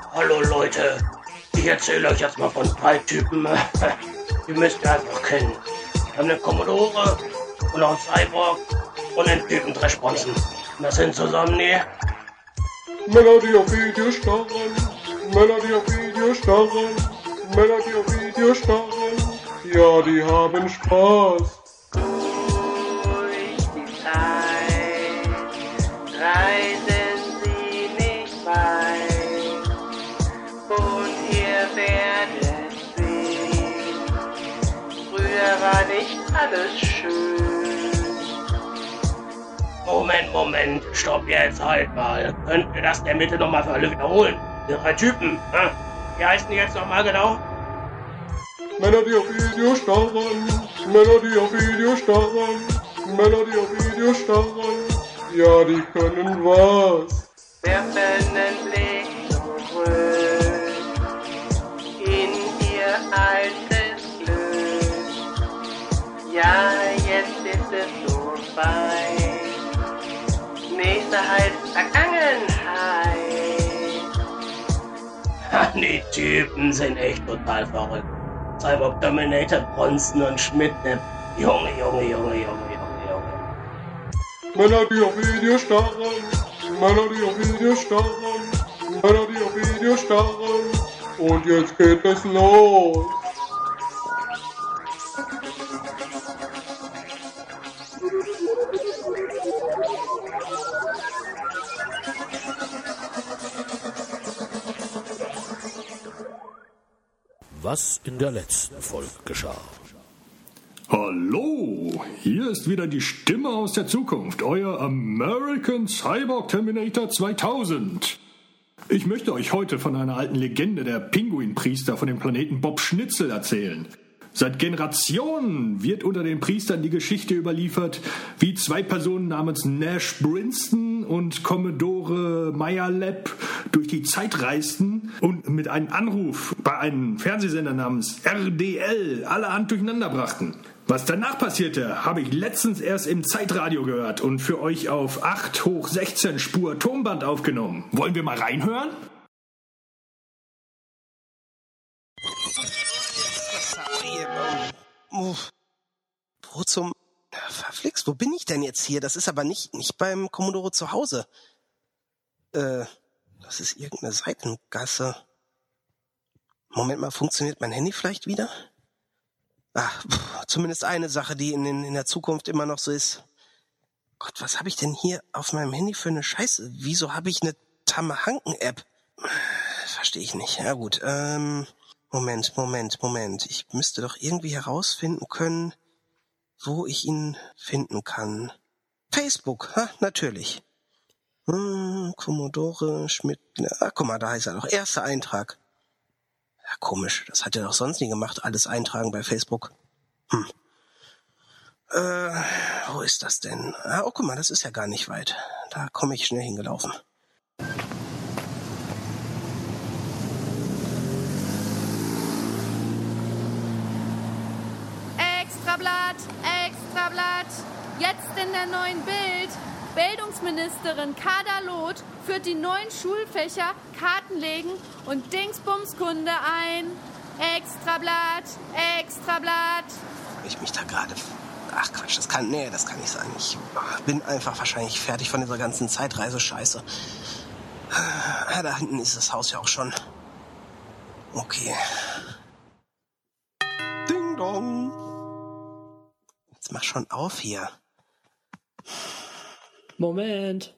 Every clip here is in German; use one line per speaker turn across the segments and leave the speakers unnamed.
Hallo Leute, ich erzähle euch jetzt mal von 3 Typen, die müsst ihr einfach kennen. Wir haben einen Commodore und auch einen Cyborg und einen Typen Trash Bronson. Und das sind zusammen die
Männer, die auf Videos starren, Männer, die auf Videos starren, Männer, die auf Videos starren, ja, die haben Spaß.
Durch die Zeit reisen sie nicht weit und ihr werdet sehen, früher war nicht alles schön.
Moment, stopp jetzt halt mal. Könnt ihr das in der Mitte nochmal für alle wiederholen? Die 3 Typen, wie heißen die jetzt nochmal genau?
Männer, die auf Videos starren, Männer, die auf Videos starren, Männer, die auf Videos starren, ja, die können was.
Werfen einen Blick zurück in ihr altes Glück. Ja, jetzt ist es soweit. Nächste Halt Vergangenheit.
Die Typen sind echt total verrückt. Cyborg, Terminator, Bronson und Schmidt, ne? Junge.
Männer, die auf Videos starren, Männer, die auf Videos starren, Männer, die auf Videos starren, und jetzt geht es los.
Was in der letzten Folge geschah.
Hallo, hier ist wieder die Stimme aus der Zukunft, euer American Cyborg Terminator 2000. Ich möchte euch heute von einer alten Legende der Pinguinpriester von dem Planeten Bob Schnitzel erzählen. Seit Generationen wird unter den Priestern die Geschichte überliefert, wie 2 Personen namens Nash Brinston und Commodore Meyer Lab durch die Zeit reisten und mit einem Anruf bei einem Fernsehsender namens RDL allerhand durcheinander brachten. Was danach passierte, habe ich letztens erst im Zeitradio gehört und für euch auf 8/16 Spur Tonband aufgenommen. Wollen wir mal reinhören?
Wo zum Verflixt, wo bin ich denn jetzt hier? Das ist aber nicht beim Commodore zu Hause. Das ist irgendeine Seitengasse. Moment mal, funktioniert mein Handy vielleicht wieder? Zumindest eine Sache, die in der Zukunft immer noch so ist. Gott, was habe ich denn hier auf meinem Handy für eine Scheiße? Wieso habe ich eine Tamahanken-App? Verstehe ich nicht. Ja gut, Moment. Ich müsste doch irgendwie herausfinden können, wo ich ihn finden kann. Facebook, natürlich. Commodore Schmidt. Guck mal, da ist er doch. Erster Eintrag. Ja, komisch. Das hat er doch sonst nie gemacht. Alles eintragen bei Facebook. Wo ist das denn? Guck mal, das ist ja gar nicht weit. Da komme ich schnell hingelaufen.
Extrablatt, jetzt in der neuen Bild. Bildungsministerin Kader Loth führt die neuen Schulfächer Kartenlegen und Dingsbumskunde ein. Extrablatt.
Ich mich da gerade... Ach Quatsch, das kann nicht sein. Ich bin einfach wahrscheinlich fertig von dieser ganzen Zeitreise-Scheiße. Da hinten ist das Haus ja auch schon. Okay. Ding dong. Jetzt mach schon auf hier.
Moment.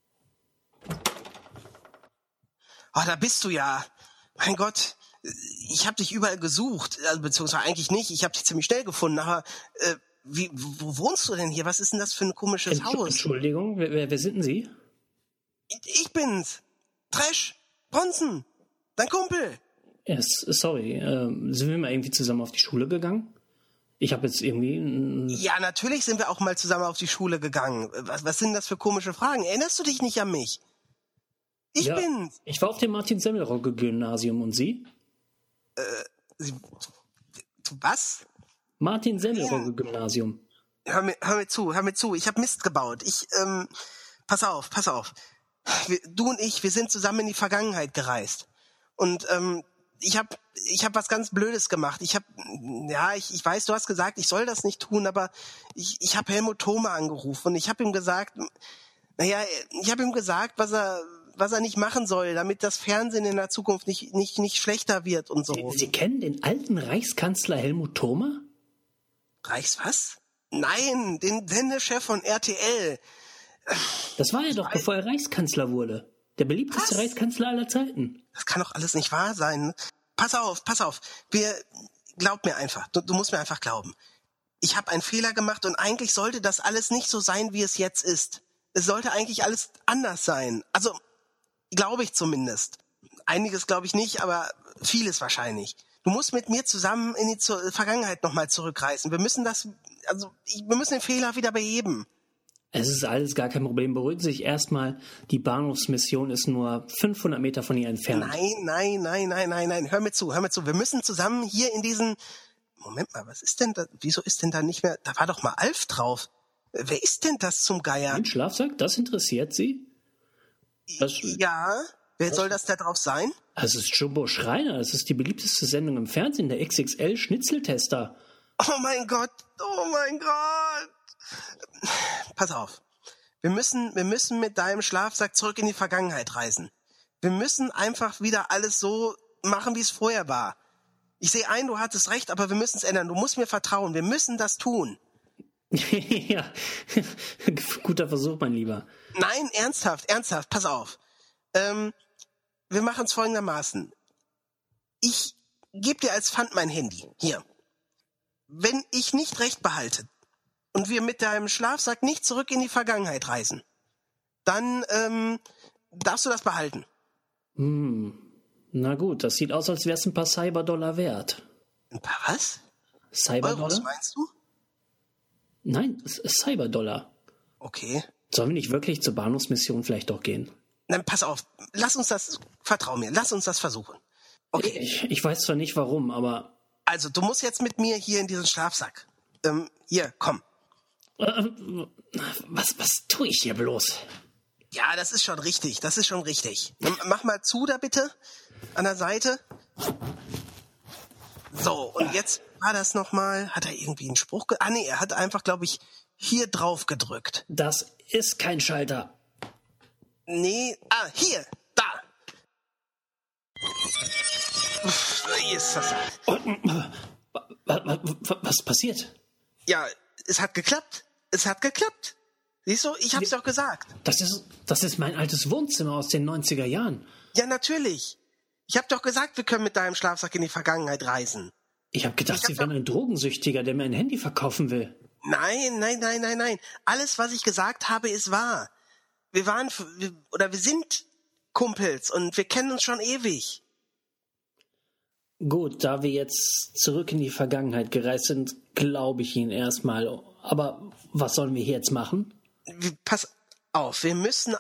Da bist du ja. Mein Gott, ich habe dich überall gesucht. Also, beziehungsweise eigentlich nicht. Ich habe dich ziemlich schnell gefunden. Aber wo wohnst du denn hier? Was ist denn das für ein komisches Haus?
Entschuldigung, wer sind denn Sie?
Ich bin's. Trash Bronson, dein Kumpel.
Sorry, sind wir mal irgendwie zusammen auf die Schule gegangen? Ich habe jetzt irgendwie...
Ja, natürlich sind wir auch mal zusammen auf die Schule gegangen. Was sind das für komische Fragen? Erinnerst du dich nicht an mich? Ich bin's.
Ich war auf dem Martin-Semmelrogge-Gymnasium und Sie?
Was?
Martin-Semmelrogge-Gymnasium.
Hör mir zu. Ich habe Mist gebaut. Pass auf. Du und ich, wir sind zusammen in die Vergangenheit gereist. Und ich hab was ganz Blödes gemacht. Ich weiß, du hast gesagt, ich soll das nicht tun, aber ich habe Helmut Thome angerufen und ich habe ihm gesagt, was er nicht machen soll, damit das Fernsehen in der Zukunft nicht schlechter wird und so.
Sie kennen den alten Reichskanzler Helmut Thome?
Was? Nein, den Sendechef von RTL.
Das war er doch, bevor er Reichskanzler wurde. Der beliebteste Reichskanzler aller Zeiten.
Das kann doch alles nicht wahr sein. Pass auf. Glaub mir einfach. Du musst mir einfach glauben. Ich habe einen Fehler gemacht und eigentlich sollte das alles nicht so sein, wie es jetzt ist. Es sollte eigentlich alles anders sein. Also, glaube ich zumindest. Einiges glaube ich nicht, aber vieles wahrscheinlich. Du musst mit mir zusammen in die Vergangenheit nochmal zurückreisen. Wir müssen den Fehler wieder beheben.
Es ist alles gar kein Problem. Beruhigen Sie sich erstmal. Die Bahnhofsmission ist nur 500 Meter von hier entfernt.
Nein. Hör mir zu. Wir müssen zusammen hier in diesen... Moment mal, was ist denn da? Wieso ist denn da nicht mehr... Da war doch mal Alf drauf. Wer ist denn das zum Geier?
Ein Schlafsack? Das interessiert Sie?
Ja. Wer soll das da drauf sein?
Es ist Jumbo Schreiner. Es ist die beliebteste Sendung im Fernsehen, der XXL Schnitzeltester.
Oh mein Gott. Pass auf. Wir müssen mit deinem Schlafsack zurück in die Vergangenheit reisen. Wir müssen einfach wieder alles so machen, wie es vorher war. Ich sehe ein, du hattest recht, aber wir müssen es ändern. Du musst mir vertrauen. Wir müssen das tun.
Ja, guter Versuch, mein Lieber.
Nein, ernsthaft. Pass auf. Wir machen es folgendermaßen. Ich gebe dir als Pfand mein Handy. Hier. Wenn ich nicht recht behalte und wir mit deinem Schlafsack nicht zurück in die Vergangenheit reisen, dann darfst du das behalten.
Na gut, das sieht aus, als wäre es ein paar Cyberdollar wert.
Ein paar was?
Cyberdollar?
Euros meinst du?
Nein, Cyberdollar.
Okay.
Sollen wir nicht wirklich zur Bahnhofsmission vielleicht doch gehen?
Nein, pass auf. Vertrau mir, lass uns das versuchen. Okay.
Ich weiß zwar nicht warum, aber...
Also, du musst jetzt mit mir hier in diesen Schlafsack. Hier, komm.
Was tue ich hier bloß?
Ja, das ist schon richtig. Mach mal zu da bitte, an der Seite. So, und jetzt war das nochmal, hat er irgendwie einen Spruch... er hat einfach, glaube ich, hier drauf gedrückt.
Das ist kein Schalter.
Nee, hier, da. Ist das.
Was passiert?
Ja, es hat geklappt. Siehst du, ich hab's doch gesagt.
Das ist mein altes Wohnzimmer aus den 90er Jahren.
Ja, natürlich. Ich hab doch gesagt, wir können mit deinem Schlafsack in die Vergangenheit reisen.
Ich hab gedacht, Sie wären ein Drogensüchtiger, der mir ein Handy verkaufen will.
Nein. Alles, was ich gesagt habe, ist wahr. Wir sind Kumpels und wir kennen uns schon ewig.
Gut, da wir jetzt zurück in die Vergangenheit gereist sind, glaube ich Ihnen erstmal. Aber was sollen wir hier jetzt machen?
Pass auf, wir müssen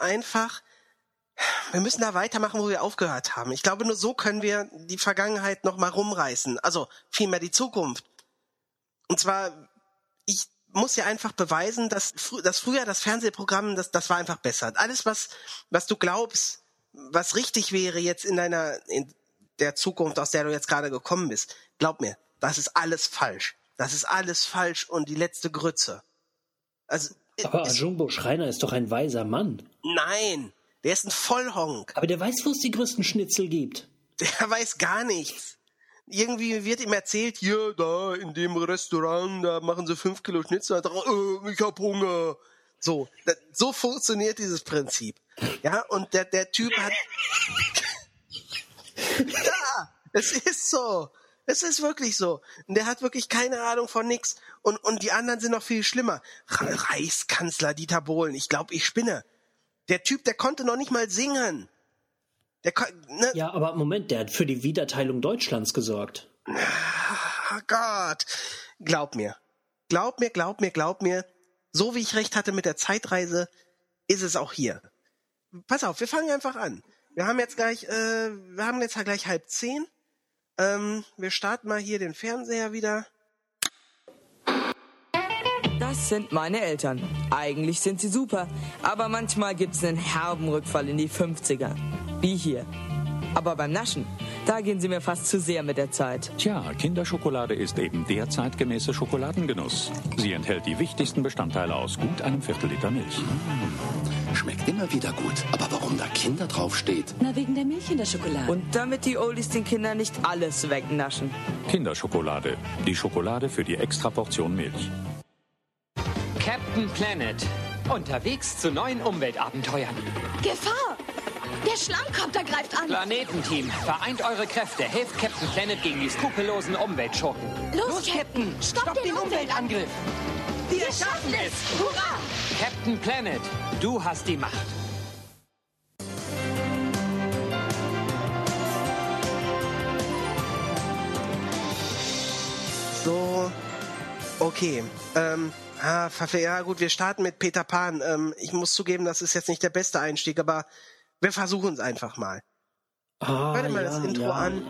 da weitermachen, wo wir aufgehört haben. Ich glaube, nur so können wir die Vergangenheit noch mal rumreißen. Also vielmehr die Zukunft. Und zwar, ich muss ja einfach beweisen, dass früher das Fernsehprogramm, das war einfach besser. Alles, was du glaubst, was richtig wäre jetzt in der Zukunft, aus der du jetzt gerade gekommen bist, glaub mir, das ist alles falsch. Das ist alles falsch und die letzte Grütze. Also,
aber Jumbo Schreiner ist doch ein weiser Mann.
Nein, der ist ein Vollhonk.
Aber der weiß, wo es die größten Schnitzel gibt.
Der weiß gar nichts. Irgendwie wird ihm erzählt, hier, da, in dem Restaurant, da machen sie 5 Kilo Schnitzel. Ich hab Hunger. So funktioniert dieses Prinzip. Ja, und der Typ hat... Ja, es ist so. Es ist wirklich so. Und der hat wirklich keine Ahnung von nix. Und die anderen sind noch viel schlimmer. Reichskanzler Dieter Bohlen, ich glaube, ich spinne. Der Typ, der konnte noch nicht mal singen.
Ja, aber Moment, der hat für die Wiederteilung Deutschlands gesorgt.
Oh Gott. Glaub mir. So wie ich recht hatte mit der Zeitreise, ist es auch hier. Pass auf, wir fangen einfach an. Wir haben jetzt gleich 9:30. Wir starten mal hier den Fernseher wieder.
Das sind meine Eltern. Eigentlich sind sie super, aber manchmal gibt's einen herben Rückfall in die 50er. Wie hier. Aber beim Naschen, da gehen sie mir fast zu sehr mit der Zeit.
Tja, Kinderschokolade ist eben der zeitgemäße Schokoladengenuss. Sie enthält die wichtigsten Bestandteile aus gut einem Viertel-Liter Milch.
Schmeckt immer wieder gut. Aber warum da Kinder draufsteht?
Na, wegen der Milch in der Schokolade.
Und damit die Oldies den Kindern nicht alles wegnaschen.
Kinderschokolade. Die Schokolade für die Extraportion Milch.
Captain Planet. Unterwegs zu neuen Umweltabenteuern.
Gefahr! Der Schlammkopter greift an.
Planetenteam, vereint eure Kräfte. Helft Captain Planet gegen die skrupellosen Umweltschurken.
Los, Captain! Stopp den
Umweltangriff!
Wir schaffen es! Hurra!
Captain Planet, du hast die Macht.
So, okay. Ja gut, wir starten mit Peter Pan. Ich muss zugeben, das ist jetzt nicht der beste Einstieg, aber wir versuchen es einfach mal. Hör dir mal das Intro an.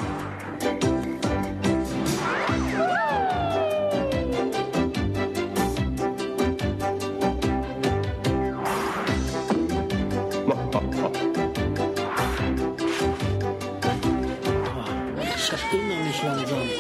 Ich erinnere mich langsam.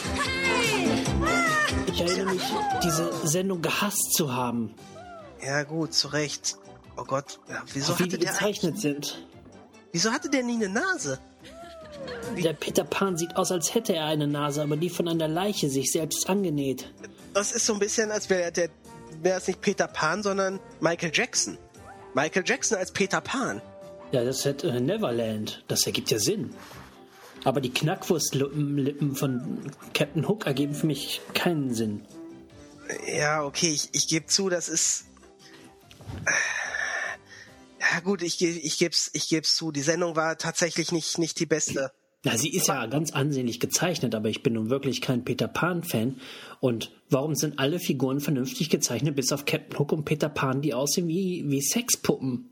Ich erinnere mich, diese Sendung gehasst zu haben.
Ja gut, zu Recht. Oh Gott, wieso
wie
hatte
die
der
gezeichnet sind.
Wieso hatte der nie eine Nase?
Der Peter Pan sieht aus, als hätte er eine Nase, aber die von einer Leiche sich selbst angenäht.
Das ist so ein bisschen, als wäre es nicht Peter Pan, sondern Michael Jackson. Michael Jackson als Peter Pan.
Ja, das hätte Neverland. Das ergibt ja Sinn. Aber die Knackwurstlippen von Captain Hook ergeben für mich keinen Sinn.
Ja, okay, ich gebe zu, das ist... Ja gut, ich geb's zu. Die Sendung war tatsächlich nicht die beste.
Na, sie ist ja ganz ansehnlich gezeichnet, aber ich bin nun wirklich kein Peter Pan-Fan. Und warum sind alle Figuren vernünftig gezeichnet, bis auf Captain Hook und Peter Pan, die aussehen wie Sexpuppen?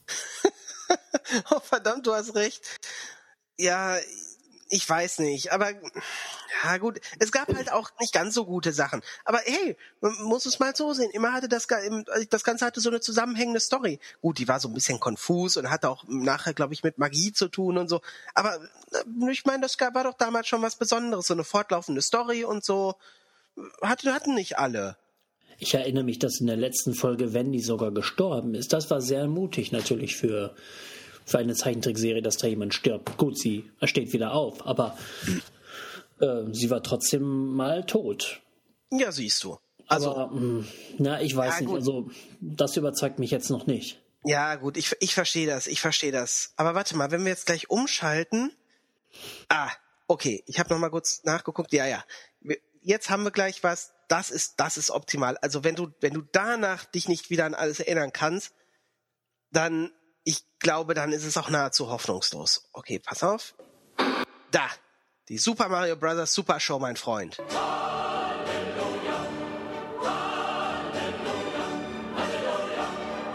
Oh verdammt, du hast recht. Ja, ich weiß nicht, aber ja gut, es gab halt auch nicht ganz so gute Sachen. Aber hey, man muss es mal so sehen. Immer hatte das Ganze hatte so eine zusammenhängende Story. Gut, die war so ein bisschen konfus und hatte auch nachher, glaube ich, mit Magie zu tun und so. Aber ich meine, das war doch damals schon was Besonderes, so eine fortlaufende Story und so. Hatten nicht alle.
Ich erinnere mich, dass in der letzten Folge Wendy sogar gestorben ist. Das war sehr mutig natürlich für eine Zeichentrickserie, dass da jemand stirbt. Gut, sie steht wieder auf, aber sie war trotzdem mal tot.
Ja, siehst du. Also,
aber, ich weiß nicht. Gut. Also, das überzeugt mich jetzt noch nicht.
Ja, gut, ich verstehe das. Aber warte mal, wenn wir jetzt gleich umschalten. Okay, ich habe noch mal kurz nachgeguckt. Ja. Jetzt haben wir gleich was. Das ist optimal. Also, wenn du danach dich nicht wieder an alles erinnern kannst, dann ich glaube, dann ist es auch nahezu hoffnungslos. Okay, pass auf. Da, die Super Mario Bros. Super Show, mein Freund.
Halleluja, Halleluja, Halleluja,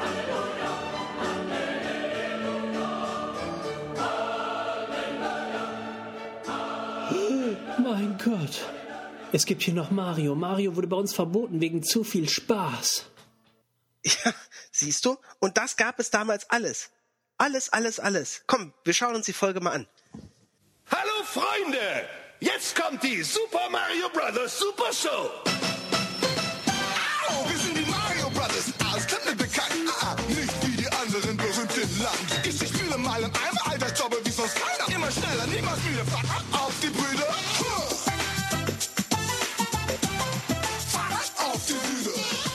Halleluja, Halleluja. Mein Gott. Es gibt hier noch Mario. Mario wurde bei uns verboten wegen zu viel Spaß.
Ja, siehst du? Und das gab es damals alles. Alles. Komm, wir schauen uns die Folge mal an.
Hallo Freunde! Jetzt kommt die Super Mario Bros. Super Show!
Au, wir sind die Mario Brothers, als Kinder bekannt. Nicht wie die anderen berühmten Land. Ich spiele mal in einem Altersjobbe wie sonst keiner. Immer schneller, niemals müde, Fahrt auf die Brüder. Fahrt auf die Brüder.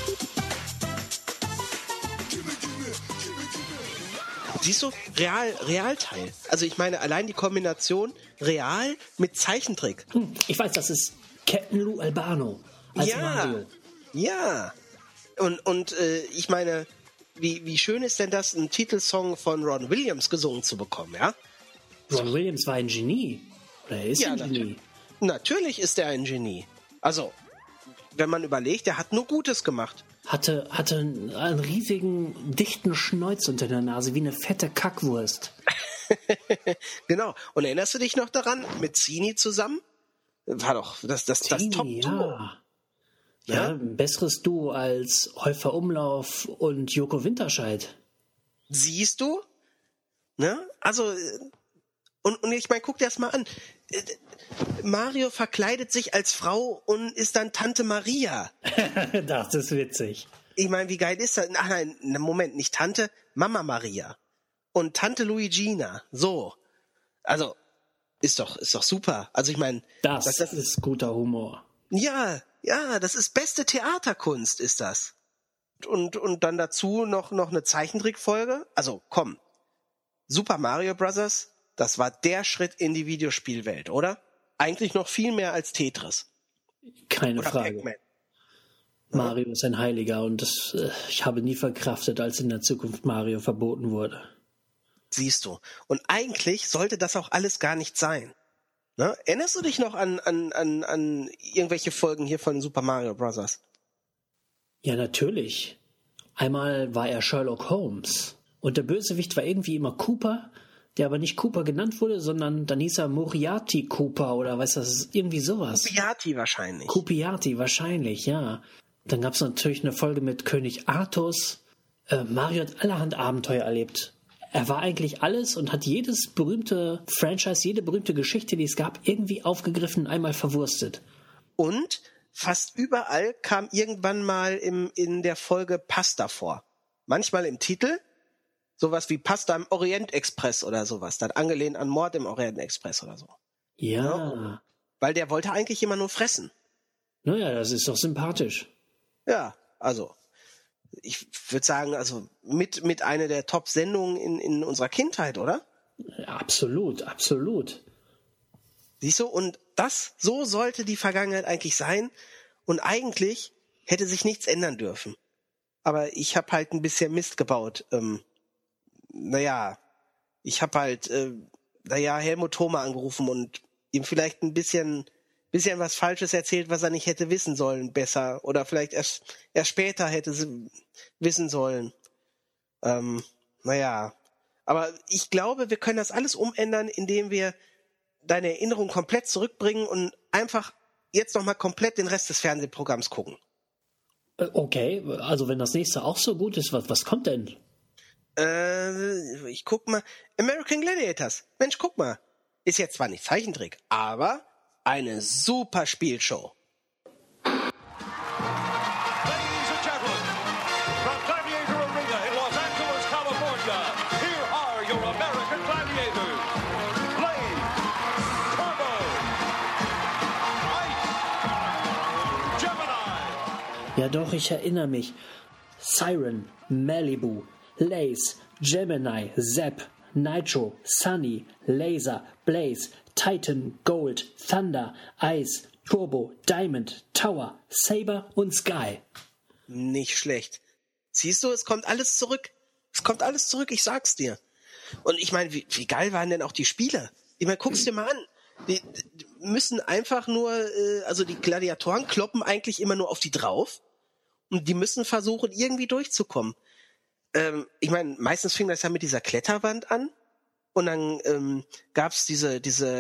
Siehst du, Realteil. Also ich meine, allein die Kombination Real mit Zeichentrick.
Ich weiß, das ist Captain Lou Albano als Mario.
Ja. Und ich meine, wie schön ist denn das, einen Titelsong von Ron Williams gesungen zu bekommen, ja?
Ron Williams war ein Genie. Oder er ist ein Genie.
Natürlich ist er ein Genie. Also, wenn man überlegt, er hat nur Gutes gemacht.
Hatte einen riesigen, dichten Schnäuz unter der Nase, wie eine fette Kackwurst.
Genau. Und erinnerst du dich noch daran, mit Zini zusammen? War doch das Top-Duo.
Ja, ein besseres Duo als Häufer Umlauf und Joko Winterscheid.
Siehst du? Ne? Also, Und ich meine, guck dir das mal an. Mario verkleidet sich als Frau und ist dann Tante Maria.
Das ist witzig.
Ich meine, wie geil ist das? Ach nein, Moment, nicht Tante, Mama Maria. Und Tante Luigina. So. Also, ist doch super. Also ich meine...
Das ist guter Humor.
Ja, das ist beste Theaterkunst, ist das. Und dann dazu noch eine Zeichentrickfolge. Also, komm. Super Mario Bros., das war der Schritt in die Videospielwelt, oder? Eigentlich noch viel mehr als Tetris.
Keine
oder
Frage.
Pac-Man.
Mario ist ein Heiliger und ich habe nie verkraftet, als in der Zukunft Mario verboten wurde.
Siehst du. Und eigentlich sollte das auch alles gar nicht sein. Ne? Erinnerst du dich noch an irgendwelche Folgen hier von Super Mario Bros.?
Ja, natürlich. Einmal war er Sherlock Holmes. Und der Bösewicht war irgendwie immer Cooper, der aber nicht Cooper genannt wurde, sondern dann hieß er Moriarty Cooper oder weiß das, irgendwie sowas.
Copiati wahrscheinlich.
Copiati wahrscheinlich, ja. Dann gab es natürlich eine Folge mit König Artus. Mario hat allerhand Abenteuer erlebt. Er war eigentlich alles und hat jedes berühmte Franchise, jede berühmte Geschichte, die es gab, irgendwie aufgegriffen und einmal verwurstet.
Und fast überall kam irgendwann mal in der Folge Pasta vor. Manchmal im Titel, sowas wie Pasta im Orient Express oder sowas, dann angelehnt an Mord im Orient Express oder so.
Ja.
Weil der wollte eigentlich immer nur fressen.
Naja, das ist doch sympathisch.
Ja, also ich würde sagen, also mit einer der Top-Sendungen in unserer Kindheit, oder?
Ja, absolut, absolut.
Siehst du, und so sollte die Vergangenheit eigentlich sein und eigentlich hätte sich nichts ändern dürfen. Aber ich habe halt ein bisschen Mist gebaut. Ich habe halt, Helmut Thoma angerufen und ihm vielleicht ein bisschen was Falsches erzählt, was er nicht hätte wissen sollen, besser. Oder vielleicht erst später hätte sie wissen sollen. Aber ich glaube, wir können das alles umändern, indem wir deine Erinnerung komplett zurückbringen und einfach jetzt nochmal komplett den Rest des Fernsehprogramms gucken.
Okay, also wenn das nächste auch so gut ist, was kommt denn?
Ich guck mal. American Gladiators. Mensch, guck mal. Ist jetzt zwar nicht Zeichentrick, aber eine super Spielshow.
Ladies and gentlemen, from Gladiator Arena in Los Angeles, California, here are your American Gladiators. Blaze, Turbo, Ice, Gemini.
Ja doch, ich erinnere mich. Siren, Malibu, Lace, Gemini, Zapp, Nitro, Sunny, Laser, Blaze, Titan, Gold, Thunder, Ice, Turbo, Diamond, Tower, Saber und Sky.
Nicht schlecht. Siehst du, es kommt alles zurück. Es kommt alles zurück, ich sag's dir. Und ich meine, wie geil waren denn auch die Spiele? Ich meine, guck's dir mal an. Die müssen einfach nur, also die Gladiatoren kloppen eigentlich immer nur auf die drauf und die müssen versuchen, irgendwie durchzukommen. Ich meine, meistens fing das ja mit dieser Kletterwand an und dann gab's diese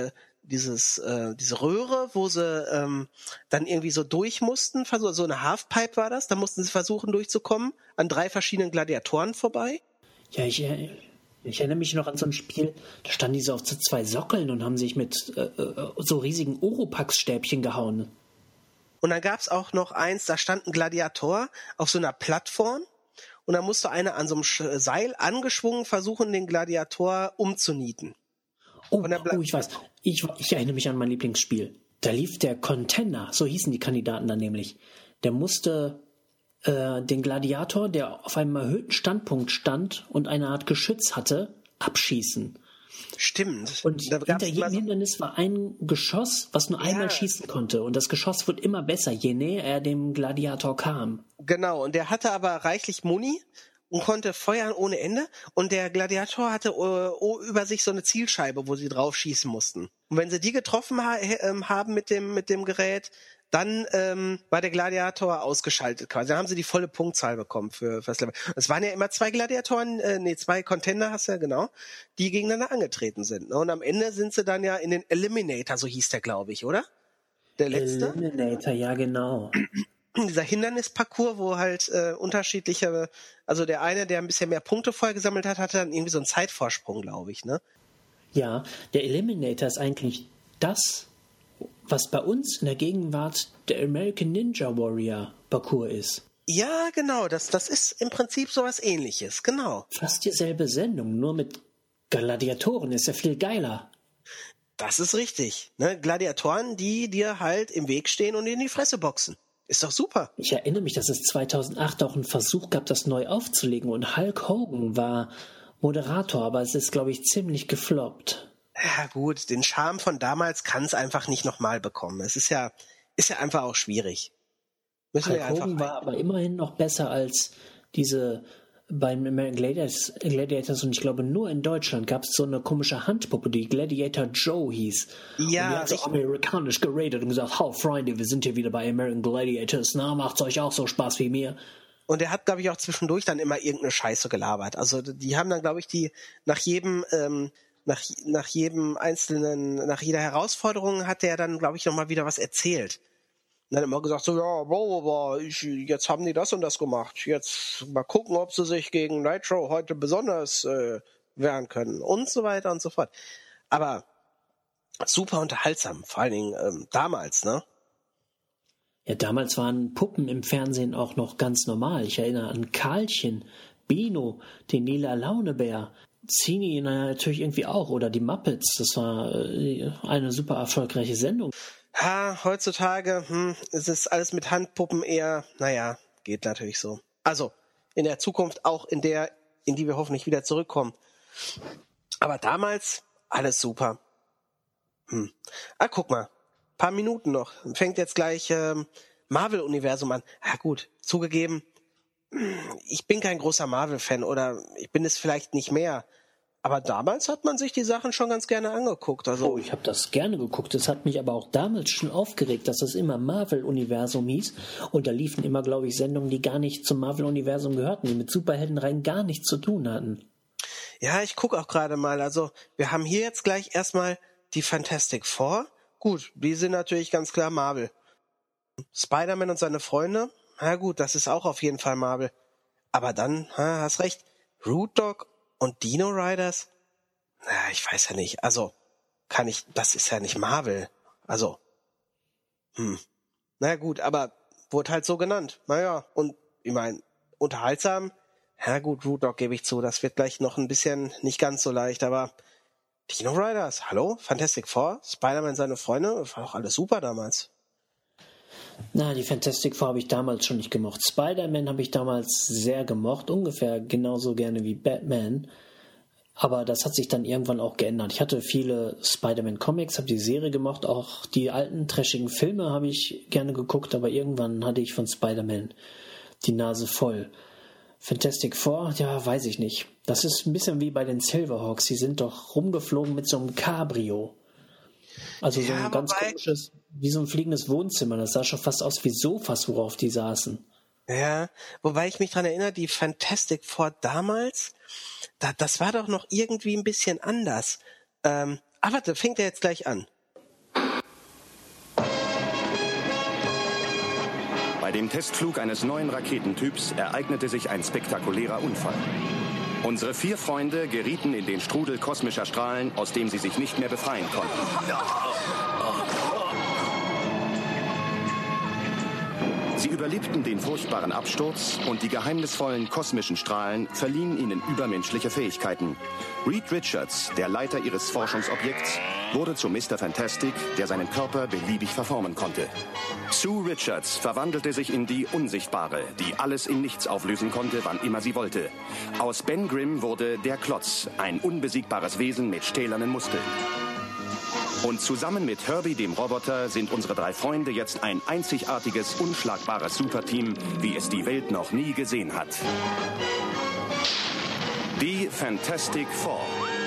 Röhre, wo sie dann irgendwie so durch mussten, so eine Halfpipe war das, da mussten sie versuchen durchzukommen, an 3 verschiedenen Gladiatoren vorbei.
Ja, ich erinnere mich noch an so ein Spiel, da standen die so auf 2 Sockeln und haben sich mit so riesigen Oropax-Stäbchen gehauen.
Und dann gab's auch noch eins, da stand ein Gladiator auf so einer Plattform und da musste einer an so einem Seil angeschwungen versuchen, den Gladiator umzunieten.
Oh, ich weiß. Ich erinnere mich an mein Lieblingsspiel. Da lief der Contender, so hießen die Kandidaten dann nämlich. Der musste den Gladiator, der auf einem erhöhten Standpunkt stand und eine Art Geschütz hatte, abschießen.
Stimmt.
Und hinter jedem Hindernis war ein Geschoss, was nur einmal schießen konnte. Und das Geschoss wird immer besser, je näher er dem Gladiator kam.
Genau, und der hatte aber reichlich Muni und konnte feuern ohne Ende. Und der Gladiator hatte über sich so eine Zielscheibe, wo sie drauf schießen mussten. Und wenn sie die getroffen haben mit dem Gerät, dann war der Gladiator ausgeschaltet quasi. Dann haben sie die volle Punktzahl bekommen für das Level. Es waren ja immer 2 Gladiatoren, 2 Contender hast du ja genau, die gegeneinander angetreten sind. Ne? Und am Ende sind sie dann ja in den Eliminator, so hieß der, glaube ich, oder? Der letzte?
Eliminator, ja genau.
Dieser Hindernisparcours, wo halt unterschiedliche, also der eine, der ein bisschen mehr Punkte vorher gesammelt hat, hatte dann irgendwie so einen Zeitvorsprung, glaube ich, ne?
Ja, der Eliminator ist eigentlich das, was bei uns in der Gegenwart der American Ninja Warrior Parcours ist.
Ja, genau, das ist im Prinzip sowas Ähnliches, genau.
Fast dieselbe Sendung, nur mit Gladiatoren, ist ja viel geiler.
Das ist richtig, ne? Gladiatoren, die dir halt im Weg stehen und in die Fresse boxen. Ist doch super.
Ich erinnere mich, dass es 2008 auch einen Versuch gab, das neu aufzulegen und Hulk Hogan war Moderator, aber es ist, glaube ich, ziemlich gefloppt.
Ja gut, den Charme von damals kann es einfach nicht nochmal bekommen. Es ist ja einfach auch schwierig.
Hulk Hogan war aber immerhin noch besser als diese beim American Gladiators und ich glaube nur in Deutschland gab es so eine komische Handpuppe, die Gladiator Joe hieß.
Ja,
und die hat so amerikanisch geratet und gesagt, Freunde, wir sind hier wieder bei American Gladiators, na, macht's euch auch so Spaß wie mir.
Und er hat, glaube ich, auch zwischendurch dann immer irgendeine Scheiße gelabert. Also die haben dann, glaube ich, die nach jeder Herausforderung hat er dann, glaube ich, nochmal wieder was erzählt. Und dann immer gesagt, so, ja, jetzt haben die das und das gemacht. Jetzt mal gucken, ob sie sich gegen Nitro heute besonders wehren können. Und so weiter und so fort. Aber super unterhaltsam, vor allen Dingen damals, ne?
Ja, damals waren Puppen im Fernsehen auch noch ganz normal. Ich erinnere an Karlchen, Bino, den Lila Launebär, Zini natürlich irgendwie auch oder die Muppets. Das war eine super erfolgreiche Sendung.
Heutzutage es ist alles mit Handpuppen eher, naja, geht natürlich so. Also in der Zukunft auch in die wir hoffentlich wieder zurückkommen. Aber damals alles super. Guck mal, paar Minuten noch. Fängt jetzt gleich Marvel-Universum an. Gut, zugegeben, ich bin kein großer Marvel-Fan oder ich bin es vielleicht nicht mehr. Aber damals hat man sich die Sachen schon ganz gerne angeguckt. Also
ich habe das gerne geguckt. Es hat mich aber auch damals schon aufgeregt, dass das immer Marvel-Universum hieß. Und da liefen immer, glaube ich, Sendungen, die gar nicht zum Marvel-Universum gehörten, die mit Superhelden rein gar nichts zu tun hatten.
Ja, ich gucke auch gerade mal. Also wir haben hier jetzt gleich erstmal die Fantastic Four. Gut, die sind natürlich ganz klar Marvel. Spider-Man und seine Freunde, na gut, das ist auch auf jeden Fall Marvel. Aber dann, hast recht, Root Dogg und Dino Riders? Ich weiß ja nicht. Also, das ist ja nicht Marvel. Also, na gut, aber wurde halt so genannt. Naja, und ich meine, unterhaltsam. Ja gut, Root Dogg gebe ich zu, das wird gleich noch ein bisschen nicht ganz so leicht, aber Dino Riders, hallo? Fantastic Four? Spider-Man seine Freunde? War doch alles super damals.
Na, die Fantastic Four habe ich damals schon nicht gemocht. Spider-Man habe ich damals sehr gemocht, ungefähr genauso gerne wie Batman. Aber das hat sich dann irgendwann auch geändert. Ich hatte viele Spider-Man-Comics, habe die Serie gemocht, auch die alten, trashigen Filme habe ich gerne geguckt, aber irgendwann hatte ich von Spider-Man die Nase voll. Fantastic Four, ja, weiß ich nicht. Das ist ein bisschen wie bei den Silverhawks. Die sind doch rumgeflogen mit so einem Cabrio. Also so ein ganz komisches, wie so ein fliegendes Wohnzimmer. Das sah schon fast aus wie Sofas, worauf die saßen.
Ja, wobei ich mich dran erinnere, die Fantastic Four damals, das war doch noch irgendwie ein bisschen anders. Warte, fängt er jetzt gleich an.
Bei dem Testflug eines neuen Raketentyps ereignete sich ein spektakulärer Unfall. Unsere 4 Freunde gerieten in den Strudel kosmischer Strahlen, aus dem sie sich nicht mehr befreien konnten. Sie überlebten den furchtbaren Absturz und die geheimnisvollen kosmischen Strahlen verliehen ihnen übermenschliche Fähigkeiten. Reed Richards, der Leiter ihres Forschungsobjekts, wurde zu Mr. Fantastic, der seinen Körper beliebig verformen konnte. Sue Richards verwandelte sich in die Unsichtbare, die alles in nichts auflösen konnte, wann immer sie wollte. Aus Ben Grimm wurde der Klotz, ein unbesiegbares Wesen mit stählernen Muskeln. Und zusammen mit Herbie, dem Roboter, sind unsere 3 Freunde jetzt ein einzigartiges, unschlagbares Superteam, wie es die Welt noch nie gesehen hat. Die Fantastic Four.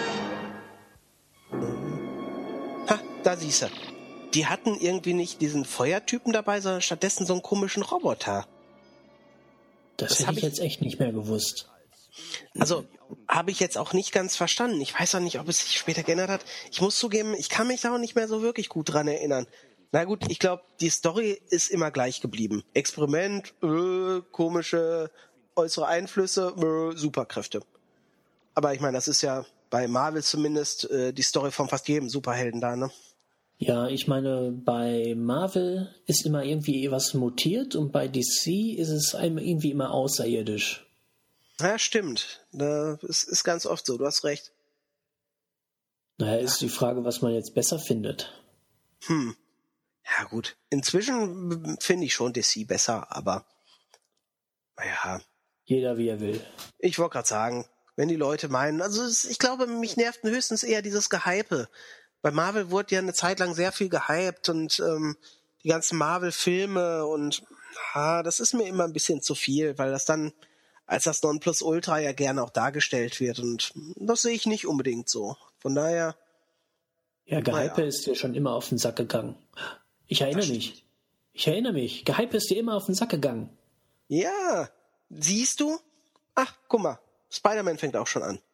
Da siehst du. Die hatten irgendwie nicht diesen Feuertypen dabei, sondern stattdessen so einen komischen Roboter.
Das hätte ich jetzt echt nicht mehr gewusst.
Also, habe ich jetzt auch nicht ganz verstanden. Ich weiß auch nicht, ob es sich später geändert hat. Ich muss zugeben, ich kann mich da auch nicht mehr so wirklich gut dran erinnern. Na gut, ich glaube, die Story ist immer gleich geblieben. Experiment, komische äußere Einflüsse, Superkräfte. Aber ich meine, das ist ja bei Marvel zumindest die Story von fast jedem Superhelden da, ne?
Ja, ich meine, bei Marvel ist immer irgendwie was mutiert und bei DC ist es irgendwie immer außerirdisch.
Ja, stimmt. Das ist ganz oft so, du hast recht.
Naja, ist die Frage, was man jetzt besser findet.
Ja, gut. Inzwischen finde ich schon DC besser, aber naja.
Jeder wie er will.
Ich wollte gerade sagen, wenn die Leute meinen, also ich glaube, mich nervt höchstens eher dieses Gehype. Bei Marvel wurde ja eine Zeit lang sehr viel gehypt und die ganzen Marvel-Filme und das ist mir immer ein bisschen zu viel, weil das dann als das Nonplusultra ja gerne auch dargestellt wird und das sehe ich nicht unbedingt so. Von daher...
Ja, Gehype ist dir schon immer auf den Sack gegangen. Ich erinnere mich. Gehype ist dir immer auf den Sack gegangen.
Ja, siehst du? Ach, guck mal, Spider-Man fängt auch schon an.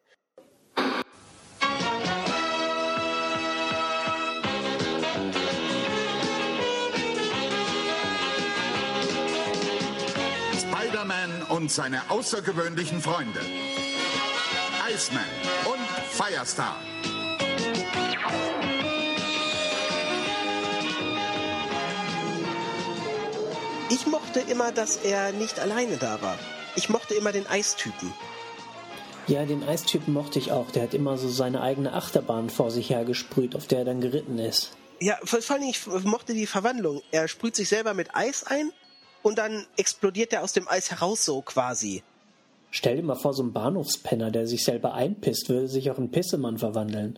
Spider-Man und seine außergewöhnlichen Freunde. Iceman und Firestar.
Ich mochte immer, dass er nicht alleine da war. Ich mochte immer den Eistypen.
Ja, den Eistypen mochte ich auch. Der hat immer so seine eigene Achterbahn vor sich hergesprüht, auf der er dann geritten ist.
Ja, vor allem, ich mochte die Verwandlung. Er sprüht sich selber mit Eis ein und dann explodiert er aus dem Eis heraus so quasi.
Stell dir mal vor, so ein Bahnhofspenner, der sich selber einpisst, würde sich auch in Pissemann verwandeln.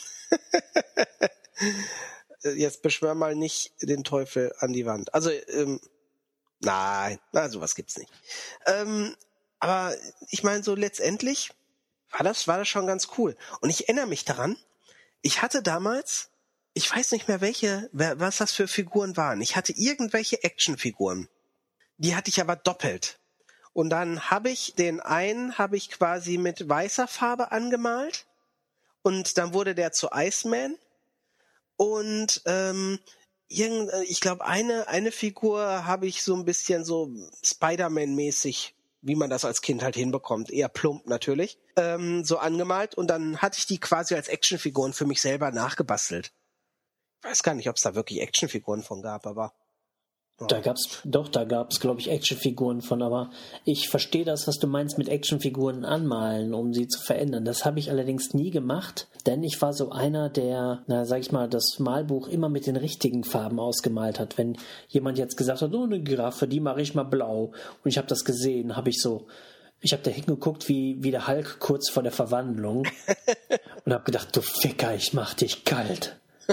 Jetzt beschwör mal nicht den Teufel an die Wand. Also, nein, sowas gibt's nicht. Aber ich meine, so letztendlich war das schon ganz cool. Und ich erinnere mich daran, ich hatte damals, ich weiß nicht mehr was das für Figuren waren. Ich hatte irgendwelche Actionfiguren. Die hatte ich aber doppelt. Und dann habe ich den einen quasi mit weißer Farbe angemalt. Und dann wurde der zu Iceman. Und ich glaube, eine Figur habe ich so ein bisschen so Spider-Man-mäßig, wie man das als Kind halt hinbekommt, eher plump natürlich, so angemalt. Und dann hatte ich die quasi als Actionfiguren für mich selber nachgebastelt. Ich weiß gar nicht, ob es da wirklich Actionfiguren von gab, aber... Ja.
Da gab's, glaube ich, Actionfiguren von, aber ich verstehe das, was du meinst mit Actionfiguren anmalen, um sie zu verändern. Das habe ich allerdings nie gemacht, denn ich war so einer, der, sag ich mal, das Malbuch immer mit den richtigen Farben ausgemalt hat. Wenn jemand jetzt gesagt hat, eine Giraffe, die mache ich mal blau, und ich habe das gesehen, ich habe da hingeguckt wie der Hulk kurz vor der Verwandlung und habe gedacht, du Ficker, ich mach dich kalt.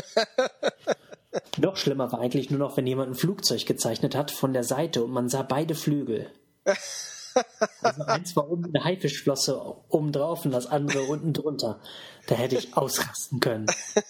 Noch schlimmer war eigentlich nur noch, wenn jemand ein Flugzeug gezeichnet hat von der Seite und man sah beide Flügel. Also eins war oben eine Haifischflosse oben drauf und das andere unten drunter. Da hätte ich ausrasten können.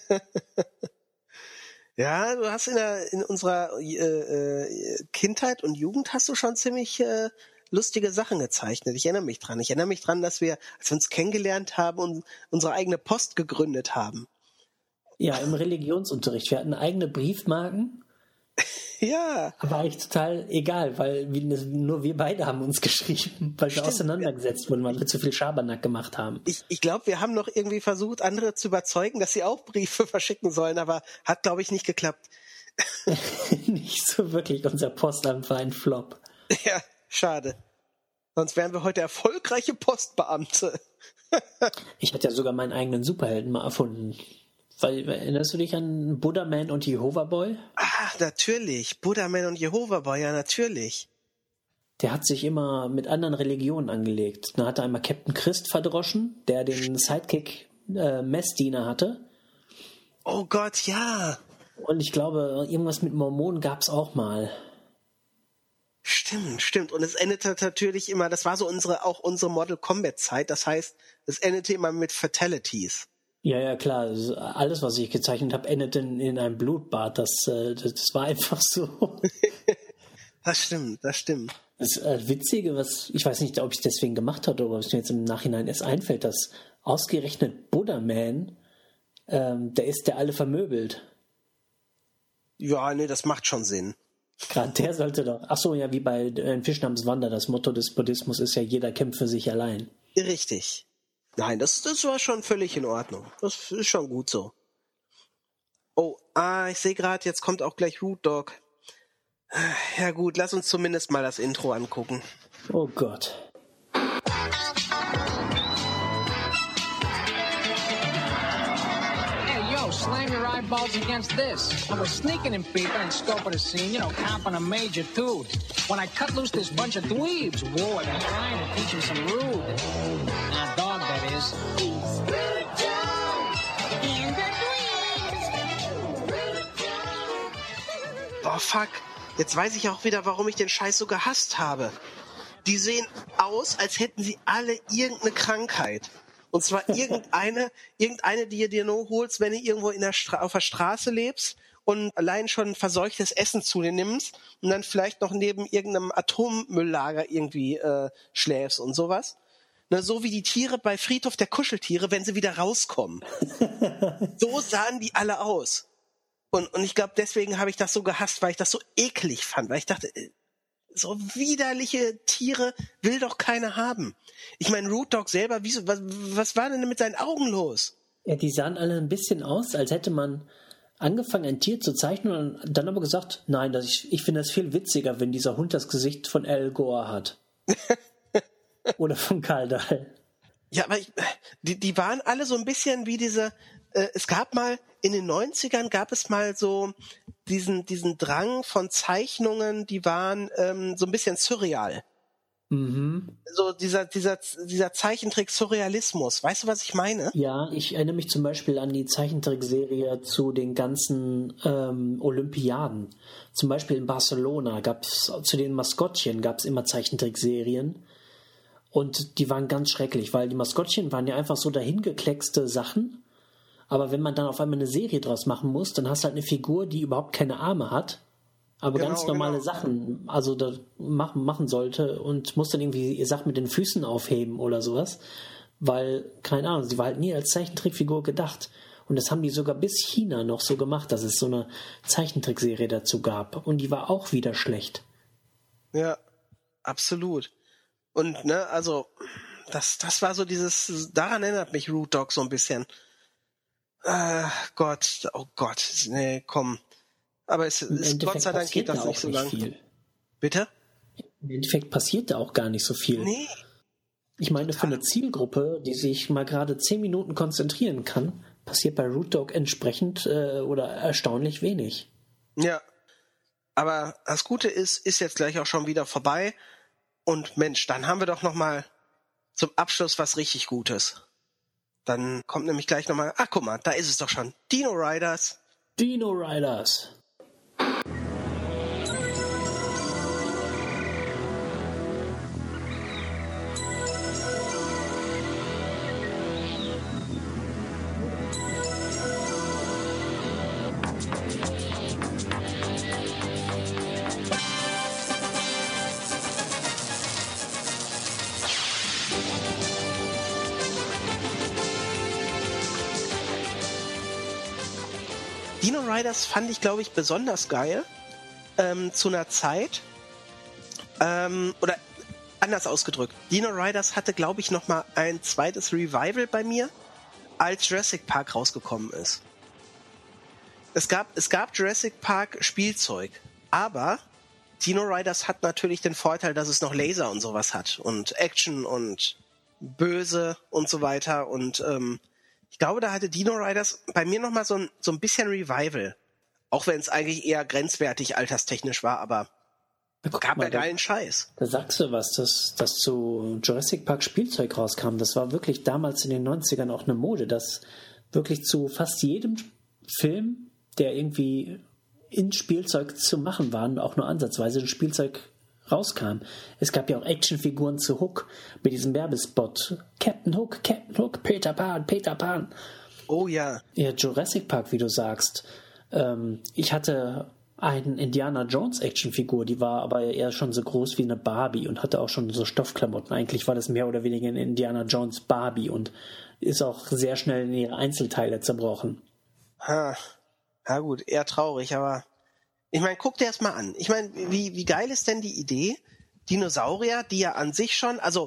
Ja, du hast in unserer Kindheit und Jugend hast du schon ziemlich lustige Sachen gezeichnet. Ich erinnere mich dran. Dass wir, als wir uns kennengelernt haben und unsere eigene Post gegründet haben.
Ja, im Religionsunterricht. Wir hatten eigene Briefmarken.
Ja.
Aber eigentlich total egal, weil nur wir beide haben uns geschrieben, weil wir auseinandergesetzt wurden, weil wir zu viel Schabernack gemacht haben.
Ich glaube, wir haben noch irgendwie versucht, andere zu überzeugen, dass sie auch Briefe verschicken sollen, aber hat, glaube ich, nicht geklappt.
Nicht so wirklich. Unser Postamt war ein Flop.
Ja, schade. Sonst wären wir heute erfolgreiche Postbeamte.
Ich hatte ja sogar meinen eigenen Superhelden mal erfunden. Erinnerst du dich an Buddha Man und Jehovah Boy?
Ah, natürlich. Buddha Man und Jehovah Boy, ja, natürlich.
Der hat sich immer mit anderen Religionen angelegt. Da hat er einmal Captain Christ verdroschen, der den Sidekick Messdiener hatte.
Oh Gott, ja.
Und ich glaube, irgendwas mit Mormonen gab es auch mal.
Stimmt. Und es endete natürlich immer, das war so unsere Model Combat Zeit, das heißt, es endete immer mit Fatalities.
Ja, klar. Alles, was ich gezeichnet habe, endete in einem Blutbad. Das war einfach so.
Das stimmt.
Das Witzige, ich weiß nicht, ob ich es deswegen gemacht habe oder ob es mir jetzt im Nachhinein erst einfällt, dass ausgerechnet Buddha Man, der alle vermöbelt.
Ja, nee, das macht schon Sinn.
Gerade der sollte doch, ach so, ja, wie bei Fisch namens Wanda, das Motto des Buddhismus ist ja, jeder kämpft für sich allein.
Richtig. Nein, das war schon völlig in Ordnung. Das ist schon gut so. Oh, ich sehe gerade, jetzt kommt auch gleich Root Dog. Ja gut, lass uns zumindest mal das Intro angucken.
Oh Gott.
Slam your eyeballs against this. I was sneaking in people and scoping the scene, copping a major dude. When I cut loose this bunch of dweebs, whoa, I've been trying to teach them some rude. Dog, that is.
Oh, fuck. Jetzt weiß ich auch wieder, warum ich den Scheiß so gehasst habe. Die sehen aus, als hätten sie alle irgendeine Krankheit. Und zwar irgendeine, die ihr dir nur holst, wenn du irgendwo auf der Straße lebst und allein schon verseuchtes Essen zu dir nimmst und dann vielleicht noch neben irgendeinem Atommülllager irgendwie schläfst und sowas. Na, so wie die Tiere bei Friedhof der Kuscheltiere, wenn sie wieder rauskommen. So sahen die alle aus. Und ich glaube, deswegen habe ich das so gehasst, weil ich das so eklig fand, weil ich dachte, so widerliche Tiere will doch keiner haben. Ich meine, Root Dog selber, was war denn mit seinen Augen los?
Ja, die sahen alle ein bisschen aus, als hätte man angefangen, ein Tier zu zeichnen und dann aber gesagt, nein, ich finde das viel witziger, wenn dieser Hund das Gesicht von Al Gore hat. Oder von Karl Dahl.
Ja, aber die waren alle so ein bisschen wie diese, es gab mal, in den 90ern gab es mal so diesen Drang von Zeichnungen, die waren so ein bisschen surreal.
Mhm.
So dieser Zeichentrick-Surrealismus. Weißt du, was ich meine?
Ja, ich erinnere mich zum Beispiel an die Zeichentrickserie zu den ganzen Olympiaden. Zum Beispiel in Barcelona gab's zu den Maskottchen gab's immer Zeichentrickserien. Und die waren ganz schrecklich, weil die Maskottchen waren ja einfach so dahingekleckste Sachen. Aber wenn man dann auf einmal eine Serie draus machen muss, dann hast du halt eine Figur, die überhaupt keine Arme hat, aber ganz normale Sachen also da machen sollte und muss dann irgendwie Sachen mit den Füßen aufheben oder sowas, weil, keine Ahnung, sie war halt nie als Zeichentrickfigur gedacht. Und das haben die sogar bis China noch so gemacht, dass es so eine Zeichentrickserie dazu gab. Und die war auch wieder schlecht.
Ja, absolut. Und, also, das war so daran erinnert mich Root Dog so ein bisschen. Oh Gott, nee, komm. Aber Gott sei Dank geht das nicht so lang.
Viel.
Bitte?
Im Endeffekt passiert da auch gar nicht so viel.
Nee.
Ich meine, für eine Zielgruppe, die sich mal gerade 10 Minuten konzentrieren kann, passiert bei Root Dog entsprechend oder erstaunlich wenig.
Ja, aber das Gute ist jetzt gleich auch schon wieder vorbei. Und Mensch, dann haben wir doch noch mal zum Abschluss was richtig Gutes. Dann kommt nämlich gleich nochmal, guck mal, da ist es doch schon. Dino Riders.
Dino Riders.
Dino Riders fand ich, glaube ich, besonders geil zu einer Zeit, oder anders ausgedrückt, Dino Riders hatte, glaube ich, nochmal ein zweites Revival bei mir, als Jurassic Park rausgekommen ist. Es gab Jurassic Park Spielzeug, aber Dino Riders hat natürlich den Vorteil, dass es noch Laser und sowas hat und Action und Böse und so weiter und ich glaube, da hatte Dino Riders bei mir nochmal so ein bisschen Revival. Auch wenn es eigentlich eher grenzwertig alterstechnisch war, aber gab ja geilen Scheiß.
Da sagst du was, dass zu Jurassic Park Spielzeug rauskam. Das war wirklich damals in den 90ern auch eine Mode, dass wirklich zu fast jedem Film, der irgendwie in Spielzeug zu machen war, auch nur ansatzweise ein Spielzeug rauskam. Es gab ja auch Actionfiguren zu Hook mit diesem Werbespot. Captain Hook, Peter Pan.
Oh ja.
Ja, Jurassic Park, wie du sagst. Ich hatte eine Indiana Jones Actionfigur, die war aber eher schon so groß wie eine Barbie und hatte auch schon so Stoffklamotten. Eigentlich war das mehr oder weniger eine Indiana Jones Barbie und ist auch sehr schnell in ihre Einzelteile zerbrochen.
Ja gut, eher traurig, aber ich meine, guck dir das mal an. Ich meine, wie geil ist denn die Idee, Dinosaurier, die ja an sich schon, also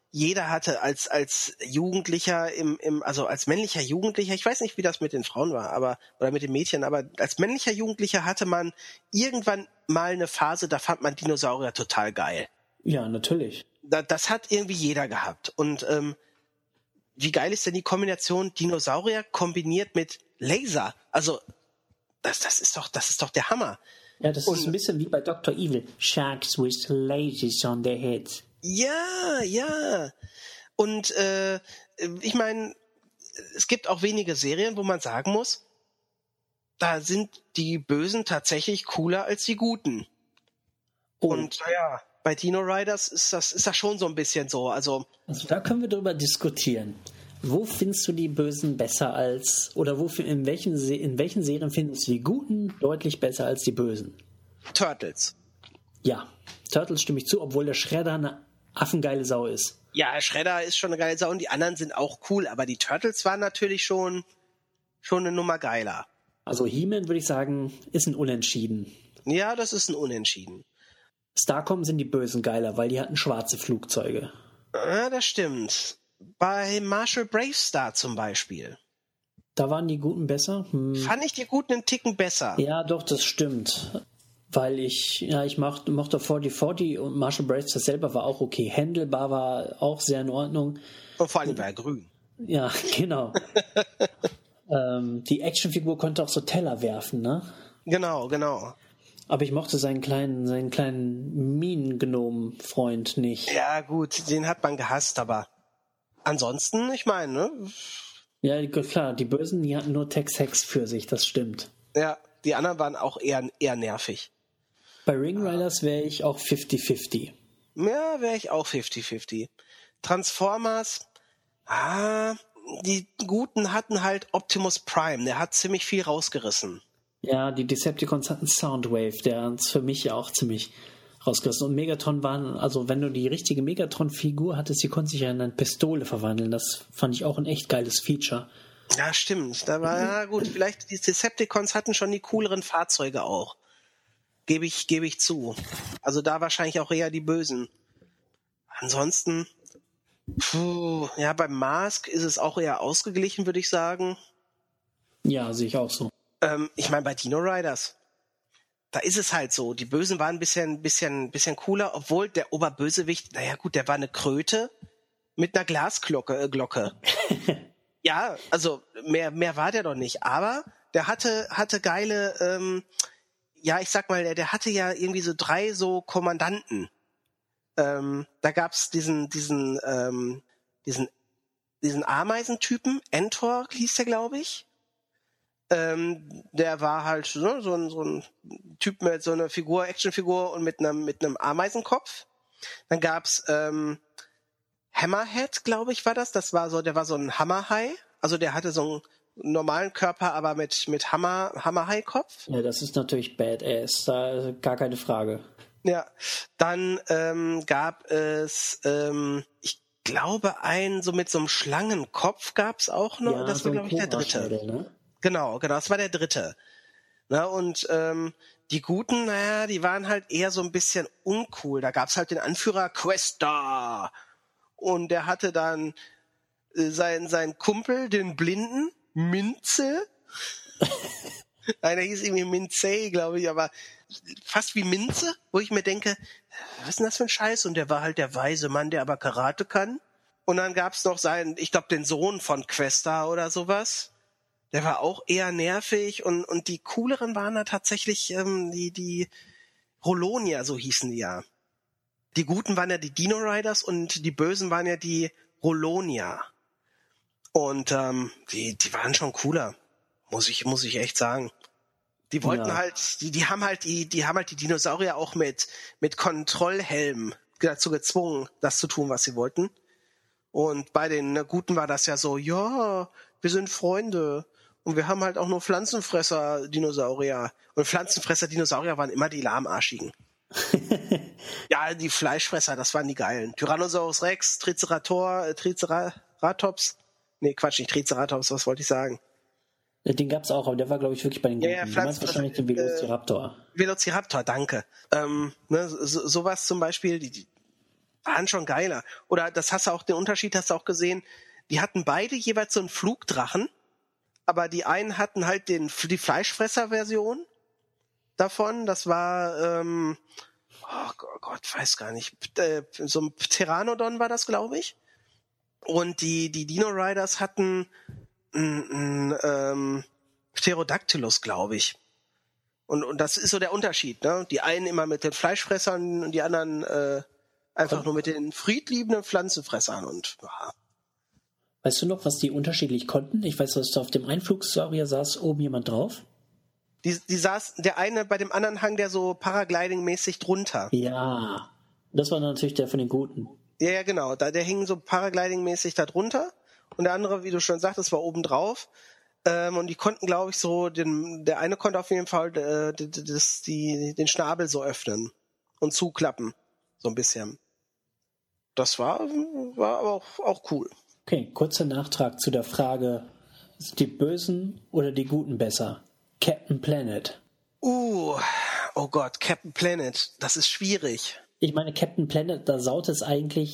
jeder hatte als Jugendlicher also als männlicher Jugendlicher, ich weiß nicht, wie das mit den Frauen war, oder mit den Mädchen, aber als männlicher Jugendlicher hatte man irgendwann mal eine Phase, da fand man Dinosaurier total geil.
Ja, natürlich.
Das hat irgendwie jeder gehabt. Und wie geil ist denn die Kombination Dinosaurier kombiniert mit Laser? Also das ist doch der Hammer.
Ja, das ist ein bisschen wie bei Dr. Evil. Sharks with lasers on their heads.
Ja. Und ich meine, es gibt auch wenige Serien, wo man sagen muss, da sind die Bösen tatsächlich cooler als die Guten. Und naja, bei Dino Riders ist das schon so ein bisschen so. Also
da können wir drüber diskutieren. Wo findest du die Bösen besser als, oder in welchen Serien findest du die Guten deutlich besser als die Bösen?
Turtles.
Ja, Turtles stimme ich zu, obwohl der Shredder eine affengeile Sau ist.
Ja, Shredder ist schon eine geile Sau und die anderen sind auch cool, aber die Turtles waren natürlich schon eine Nummer geiler.
Also He-Man, würde ich sagen, ist ein Unentschieden.
Ja, das ist ein Unentschieden.
Starcom sind die Bösen geiler, weil die hatten schwarze Flugzeuge.
Ja, das stimmt. Bei Marshall Bravestar zum Beispiel.
Da waren die Guten besser?
Fand ich die Guten einen Ticken besser.
Ja, doch, das stimmt. Weil ich mochte 4040 und Marshall Bravestar selber war auch okay. Handelbar war auch sehr in Ordnung.
Und vor allem war er grün.
Ja, genau. Die Actionfigur konnte auch so Teller werfen, ne?
Genau.
Aber ich mochte seinen kleinen Minengnom-Freund nicht.
Ja, gut, den hat man gehasst, aber ansonsten, ich meine, ne?
Ja, klar, die Bösen, die hatten nur Tex-Hex für sich, das stimmt.
Ja, die anderen waren auch eher nervig.
Bei Ring Riders wäre ich auch 50-50.
Ja, wäre ich auch 50-50. Transformers, die Guten hatten halt Optimus Prime, der hat ziemlich viel rausgerissen.
Ja, die Decepticons hatten Soundwave, der hat es für mich ja auch ziemlich rausgerissen. Und Megatron waren, also wenn du die richtige Megatron-Figur hattest, die konnte sich ja in eine Pistole verwandeln. Das fand ich auch ein echt geiles Feature.
Ja, stimmt. Da war, ja gut, vielleicht die Decepticons hatten schon die cooleren Fahrzeuge auch. Gebe ich zu. Also da wahrscheinlich auch eher die Bösen. Ansonsten, beim Mask ist es auch eher ausgeglichen, würde ich sagen.
Ja, sehe ich auch so.
Ich meine, bei Dino Riders, da ist es halt so. Die Bösen waren ein bisschen cooler, obwohl der Oberbösewicht, naja gut, der war eine Kröte mit einer Glasglocke. Ja, also mehr war der doch nicht. Aber der hatte geile, ich sag mal, der hatte ja irgendwie so 3 so Kommandanten. Da gab's diesen Ameisentypen, Entor hieß der, glaube ich. Der war halt so ein Typ mit so einer Actionfigur und mit einem Ameisenkopf. Dann gab's Hammerhead, glaube ich, war das. Der war so ein Hammerhai. Also der hatte so einen normalen Körper, aber mit Hammerhai-Kopf.
Ja, das ist natürlich badass, da gar keine Frage.
Ja, dann gab es, ich glaube, einen so mit so einem Schlangenkopf gab's auch noch.
Ja,
das war, glaube ich, der dritte.
Ne?
Genau, das war der dritte. Na, und die Guten, die waren halt eher so ein bisschen uncool. Da gab's halt den Anführer Questa. Und der hatte dann seinen Kumpel, den Blinden, Minze. Einer hieß irgendwie Minze, glaube ich, aber fast wie Minze, wo ich mir denke, was ist denn das für ein Scheiß? Und der war halt der weise Mann, der aber Karate kann. Und dann gab's noch den Sohn von Questa oder sowas. Der war auch eher nervig und die cooleren waren da tatsächlich die Rolonia, so hießen die ja. Die Guten waren ja die Dino Riders und die Bösen waren ja die Rolonia. Und die waren schon cooler, muss ich echt sagen. Die wollten die haben halt die Dinosaurier auch mit Kontrollhelm dazu gezwungen, das zu tun, was sie wollten. Und bei den Guten war das ja so, ja, wir sind Freunde. Und wir haben halt auch nur Pflanzenfresser-Dinosaurier. Und Pflanzenfresser-Dinosaurier waren immer die lahmarschigen. Ja, die Fleischfresser, das waren die geilen. Tyrannosaurus Rex, Triceratops. Nee, Quatsch, nicht Triceratops, was wollte ich sagen?
Den gab's auch, aber der war, glaube ich, wirklich bei den Guten.
Ja,
du meinst wahrscheinlich den Velociraptor.
Velociraptor, danke. Sowas zum Beispiel, waren schon geiler. Oder das hast du auch, den Unterschied hast du auch gesehen, die hatten beide jeweils so einen Flugdrachen, aber die einen hatten halt die Fleischfresser-Version davon, das war, oh Gott, weiß gar nicht, so ein Pteranodon war das, glaube ich. Und die Dino Riders hatten Pterodactylus, glaube ich. Und das ist so der Unterschied, ne? Die einen immer mit den Fleischfressern und die anderen einfach nur mit den friedliebenden Pflanzenfressern und ja.
Weißt du noch, was die unterschiedlich konnten? Ich weiß, dass auf dem Einflugsaurier saß oben jemand drauf.
Die saß, der eine bei dem anderen hang der so Paragliding-mäßig drunter.
Ja, das war natürlich der von den Guten.
Ja, genau. Der hing so Paragliding-mäßig da drunter und der andere, wie du schon sagtest, war oben drauf. Und die konnten, glaube ich, so, der eine konnte auf jeden Fall den Schnabel so öffnen und zuklappen. So ein bisschen. Das war aber auch cool.
Okay, kurzer Nachtrag zu der Frage, sind die Bösen oder die Guten besser? Captain Planet.
Oh Gott, Captain Planet, das ist schwierig.
Ich meine, Captain Planet, da versaut es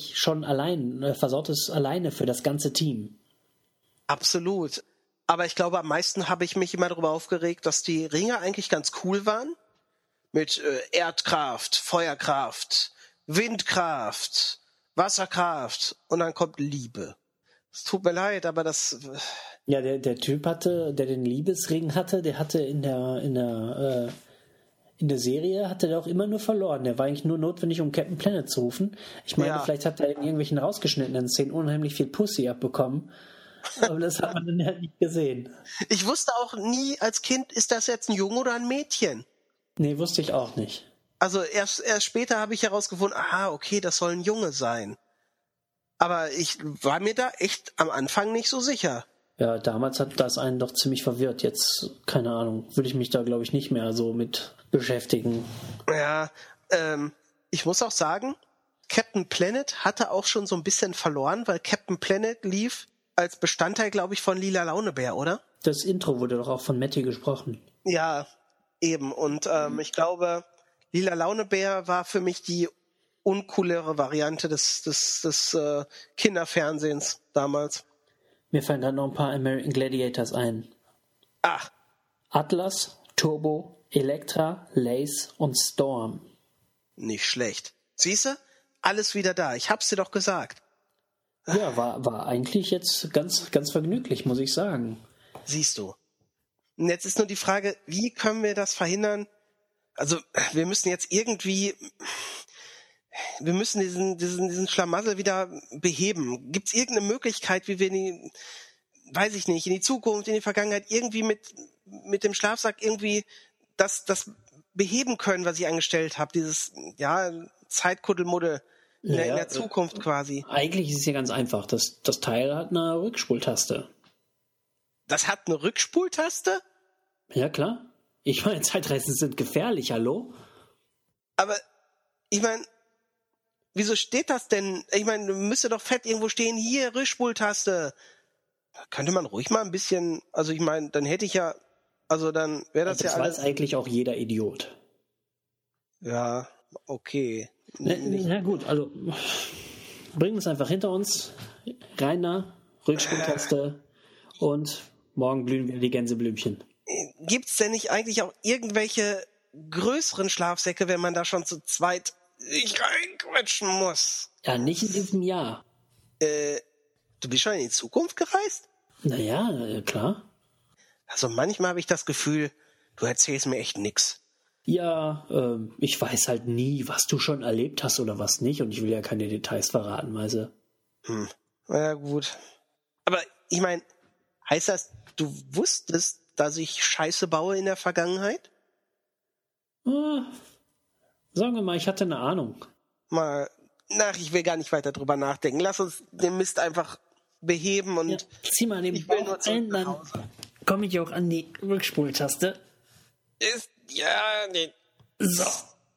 alleine für das ganze Team.
Absolut. Aber ich glaube, am meisten habe ich mich immer darüber aufgeregt, dass die Ringe eigentlich ganz cool waren. Mit Erdkraft, Feuerkraft, Windkraft, Wasserkraft und dann kommt Liebe. Es tut mir leid, aber das...
Ja, der Typ der den Liebesring hatte, der hatte in der Serie hatte der auch immer nur verloren. Der war eigentlich nur notwendig, um Captain Planet zu rufen. Ich meine, vielleicht hat er in irgendwelchen rausgeschnittenen Szenen unheimlich viel Pussy abbekommen. Aber das hat man dann halt nicht gesehen.
Ich wusste auch nie als Kind, ist das jetzt ein Junge oder ein Mädchen?
Nee, wusste ich auch nicht.
Also erst später habe ich herausgefunden, okay, das soll ein Junge sein. Aber ich war mir da echt am Anfang nicht so sicher.
Ja, damals hat das einen doch ziemlich verwirrt. Jetzt, keine Ahnung, würde ich mich da, glaube ich, nicht mehr so mit beschäftigen.
Ja, ich muss auch sagen, Captain Planet hatte auch schon so ein bisschen verloren, weil Captain Planet lief als Bestandteil, glaube ich, von Lila Launebär, oder?
Das Intro wurde doch auch von Matti gesprochen.
Ja, eben. Und ich glaube, Lila Launebär war für mich die uncoolere Variante des Kinderfernsehens damals.
Mir fallen gerade noch ein paar American Gladiators ein.
Ach.
Atlas, Turbo, Elektra, Lace und Storm.
Nicht schlecht. Siehste? Alles wieder da. Ich hab's dir doch gesagt.
Ja, war eigentlich jetzt ganz, ganz vergnüglich, muss ich sagen.
Siehst du. Und jetzt ist nur die Frage, wie können wir das verhindern? Also, wir müssen jetzt irgendwie... Wir müssen diesen Schlamassel wieder beheben. Gibt es irgendeine Möglichkeit, wie wir in die Zukunft, in die Vergangenheit irgendwie mit dem Schlafsack irgendwie das beheben können, was ich angestellt habe? Dieses, Zeitkuddelmuddel in der Zukunft quasi.
Eigentlich ist es ja ganz einfach. Das Teil hat eine Rückspultaste.
Das hat eine Rückspultaste?
Ja, klar. Ich meine, Zeitreisen sind gefährlich, hallo?
Aber, ich meine, wieso steht das denn? Ich meine, müsste doch fett irgendwo stehen, hier, Rückspultaste. Könnte man ruhig mal ein bisschen, also ich meine, dann hätte ich ja, also dann wäre das ja alles...
Das weiß eigentlich auch jeder Idiot.
Ja, okay.
Na gut, also bringen es einfach hinter uns. Rainer, Rückspultaste und morgen blühen wieder die Gänseblümchen.
Gibt's denn nicht eigentlich auch irgendwelche größeren Schlafsäcke, wenn man da schon zu zweit reinquetschen muss?
Ja, nicht in diesem Jahr.
Du bist schon in die Zukunft gereist?
Naja, klar.
Also manchmal habe ich das Gefühl, du erzählst mir echt nix.
Ja, ich weiß halt nie, was du schon erlebt hast oder was nicht. Und ich will ja keine Details verraten, weißt du.
Na gut. Aber ich meine, heißt das, du wusstest, dass ich Scheiße baue in der Vergangenheit?
Sagen wir mal, ich hatte eine Ahnung.
Ich will gar nicht weiter drüber nachdenken. Lass uns den Mist einfach beheben und...
Ja, zieh mal den Bauch ein, dann komme ich auch an die Rückspultaste. So.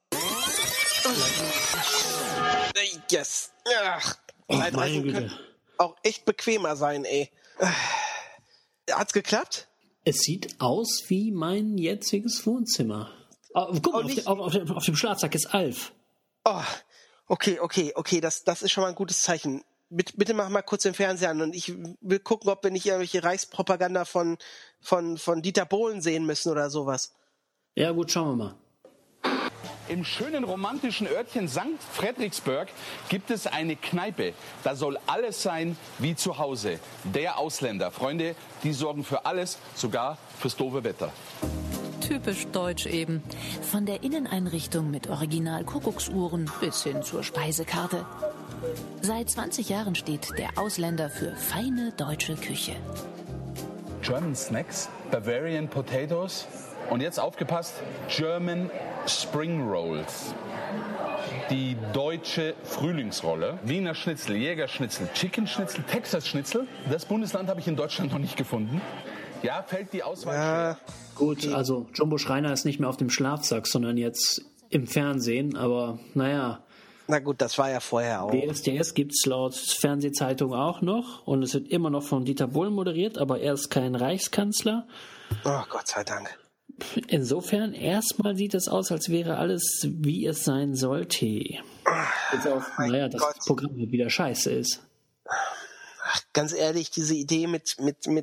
Yes. Ach,
meine Güte.
Können auch echt bequemer sein, ey. Hat's geklappt?
Es sieht aus wie mein jetziges Wohnzimmer. Guck mal, auf dem Schlafsack ist Alf.
Oh, Okay, das ist schon mal ein gutes Zeichen. Bitte mach mal kurz den Fernseher an und ich will gucken, ob wir nicht irgendwelche Reichspropaganda von Dieter Bohlen sehen müssen oder sowas.
Ja gut, schauen wir mal.
Im schönen romantischen Örtchen St. Frederiksberg gibt es eine Kneipe. Da soll alles sein wie zu Hause. Der Ausländer. Freunde, die sorgen für alles, sogar fürs doofe Wetter.
Typisch deutsch eben. Von der Inneneinrichtung mit Original-Kuckucksuhren bis hin zur Speisekarte. Seit 20 Jahren steht der Ausländer für feine deutsche Küche.
German Snacks, Bavarian Potatoes und jetzt aufgepasst, German Spring Rolls. Die deutsche Frühlingsrolle, Wiener Schnitzel, Jägerschnitzel, Chicken Schnitzel, Texas Schnitzel. Das Bundesland habe ich in Deutschland noch nicht gefunden. Ja, fällt die Auswahl schwer.
Gut, also Jumbo Schreiner ist nicht mehr auf dem Schlafsack, sondern jetzt im Fernsehen, aber naja.
Na gut, das war ja vorher auch.
DSDS gibt es laut Fernsehzeitung auch noch und es wird immer noch von Dieter Bohlen moderiert, aber er ist kein Reichskanzler.
Oh, Gott sei Dank.
Insofern, erstmal sieht es aus, als wäre alles, wie es sein sollte. Jetzt auch, das Programm wieder scheiße ist.
Ach, ganz ehrlich, diese Idee mit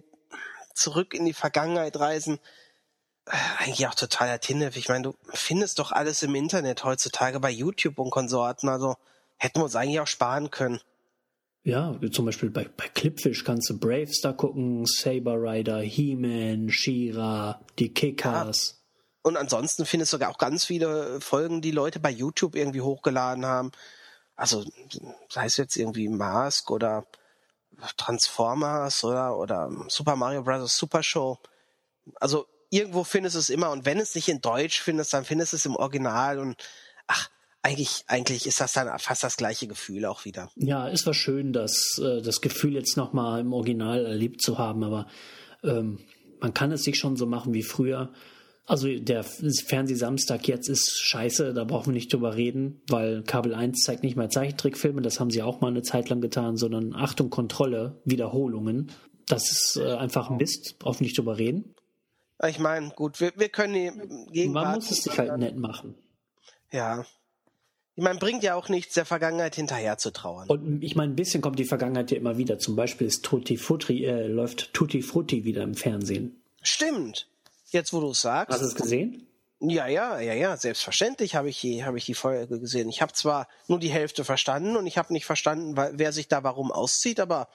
zurück in die Vergangenheit reisen, eigentlich auch totaler Tinnef. Ich meine, du findest doch alles im Internet heutzutage bei YouTube und Konsorten, also hätten wir uns eigentlich auch sparen können.
Ja, zum Beispiel bei Clipfish kannst du Bravestar gucken, Saber Rider, He-Man, She-Ra, die Kickers.
Ja. Und ansonsten findest du sogar auch ganz viele Folgen, die Leute bei YouTube irgendwie hochgeladen haben. Also sei es jetzt irgendwie Mask oder Transformers oder Super Mario Bros. Super Show. Also irgendwo findest du es immer und wenn es nicht in Deutsch findest, dann findest du es im Original und eigentlich ist das dann fast das gleiche Gefühl auch wieder.
Ja, ist was schön, das Gefühl jetzt nochmal im Original erlebt zu haben, aber man kann es sich schon so machen wie früher. Also der Fernsehsamstag jetzt ist scheiße, da brauchen wir nicht drüber reden, weil Kabel 1 zeigt nicht mehr Zeichentrickfilme, das haben sie auch mal eine Zeit lang getan, sondern Achtung, Kontrolle, Wiederholungen. Das ist einfach Mist, brauchen wir nicht drüber reden.
Ich meine, gut, wir können die Gegenwart...
Man muss es sich halt nett machen.
Ja. Ich meine, bringt ja auch nichts, der Vergangenheit hinterher zu trauern.
Und ich meine, ein bisschen kommt die Vergangenheit ja immer wieder. Zum Beispiel ist läuft Tutti Frutti wieder im Fernsehen.
Stimmt. Jetzt, wo du es sagst.
Hast du es gesehen?
Ja, selbstverständlich habe ich die Folge gesehen. Ich habe zwar nur die Hälfte verstanden und ich habe nicht verstanden, wer sich da warum auszieht, aber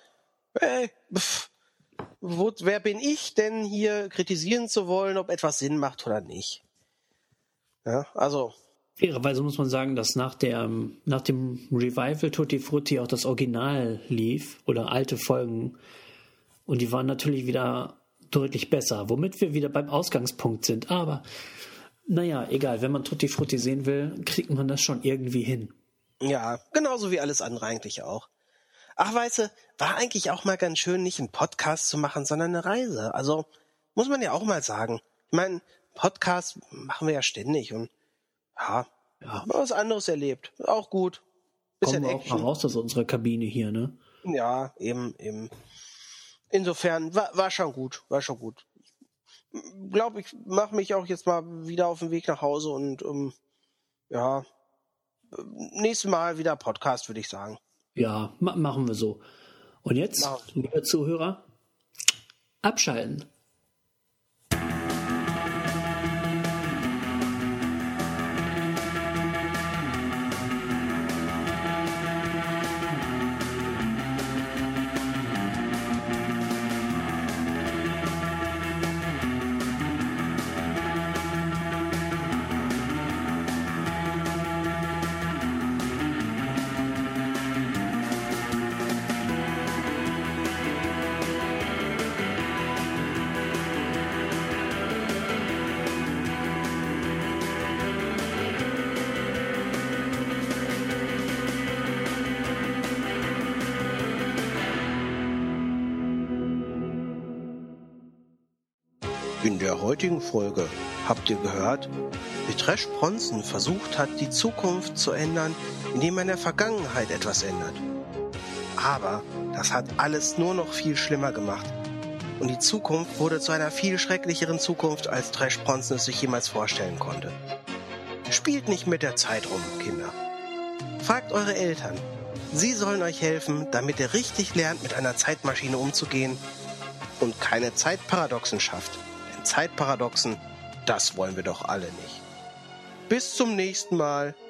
wer bin ich denn hier kritisieren zu wollen, ob etwas Sinn macht oder nicht? Ja, also...
Fairerweise muss man sagen, dass nach dem Revival Tutti Frutti auch das Original lief oder alte Folgen und die waren natürlich wieder deutlich besser, womit wir wieder beim Ausgangspunkt sind. Aber naja, egal, wenn man Tutti Frutti sehen will, kriegt man das schon irgendwie hin.
Ja, genauso wie alles andere eigentlich auch. Ach, weißt du, war eigentlich auch mal ganz schön, nicht einen Podcast zu machen, sondern eine Reise. Also muss man ja auch mal sagen. Ich meine, Podcast machen wir ja ständig und ja, was anderes erlebt. Auch gut.
Bisschen Kommen wir Action. Auch mal raus aus unserer Kabine hier, ne?
Ja, eben. Insofern war schon gut. Ich glaube, ich mache mich auch jetzt mal wieder auf den Weg nach Hause und nächstes Mal wieder Podcast, würde ich sagen.
Ja, machen wir so. Und jetzt, liebe Zuhörer, abschalten.
In der heutigen Folge habt ihr gehört, wie Trash Bronson versucht hat, die Zukunft zu ändern, indem er in der Vergangenheit etwas ändert. Aber das hat alles nur noch viel schlimmer gemacht. Und die Zukunft wurde zu einer viel schrecklicheren Zukunft, als Trash Bronson es sich jemals vorstellen konnte. Spielt nicht mit der Zeit rum, Kinder. Fragt eure Eltern. Sie sollen euch helfen, damit ihr richtig lernt, mit einer Zeitmaschine umzugehen und keine Zeitparadoxen schafft. Denn Zeitparadoxen, das wollen wir doch alle nicht. Bis zum nächsten Mal.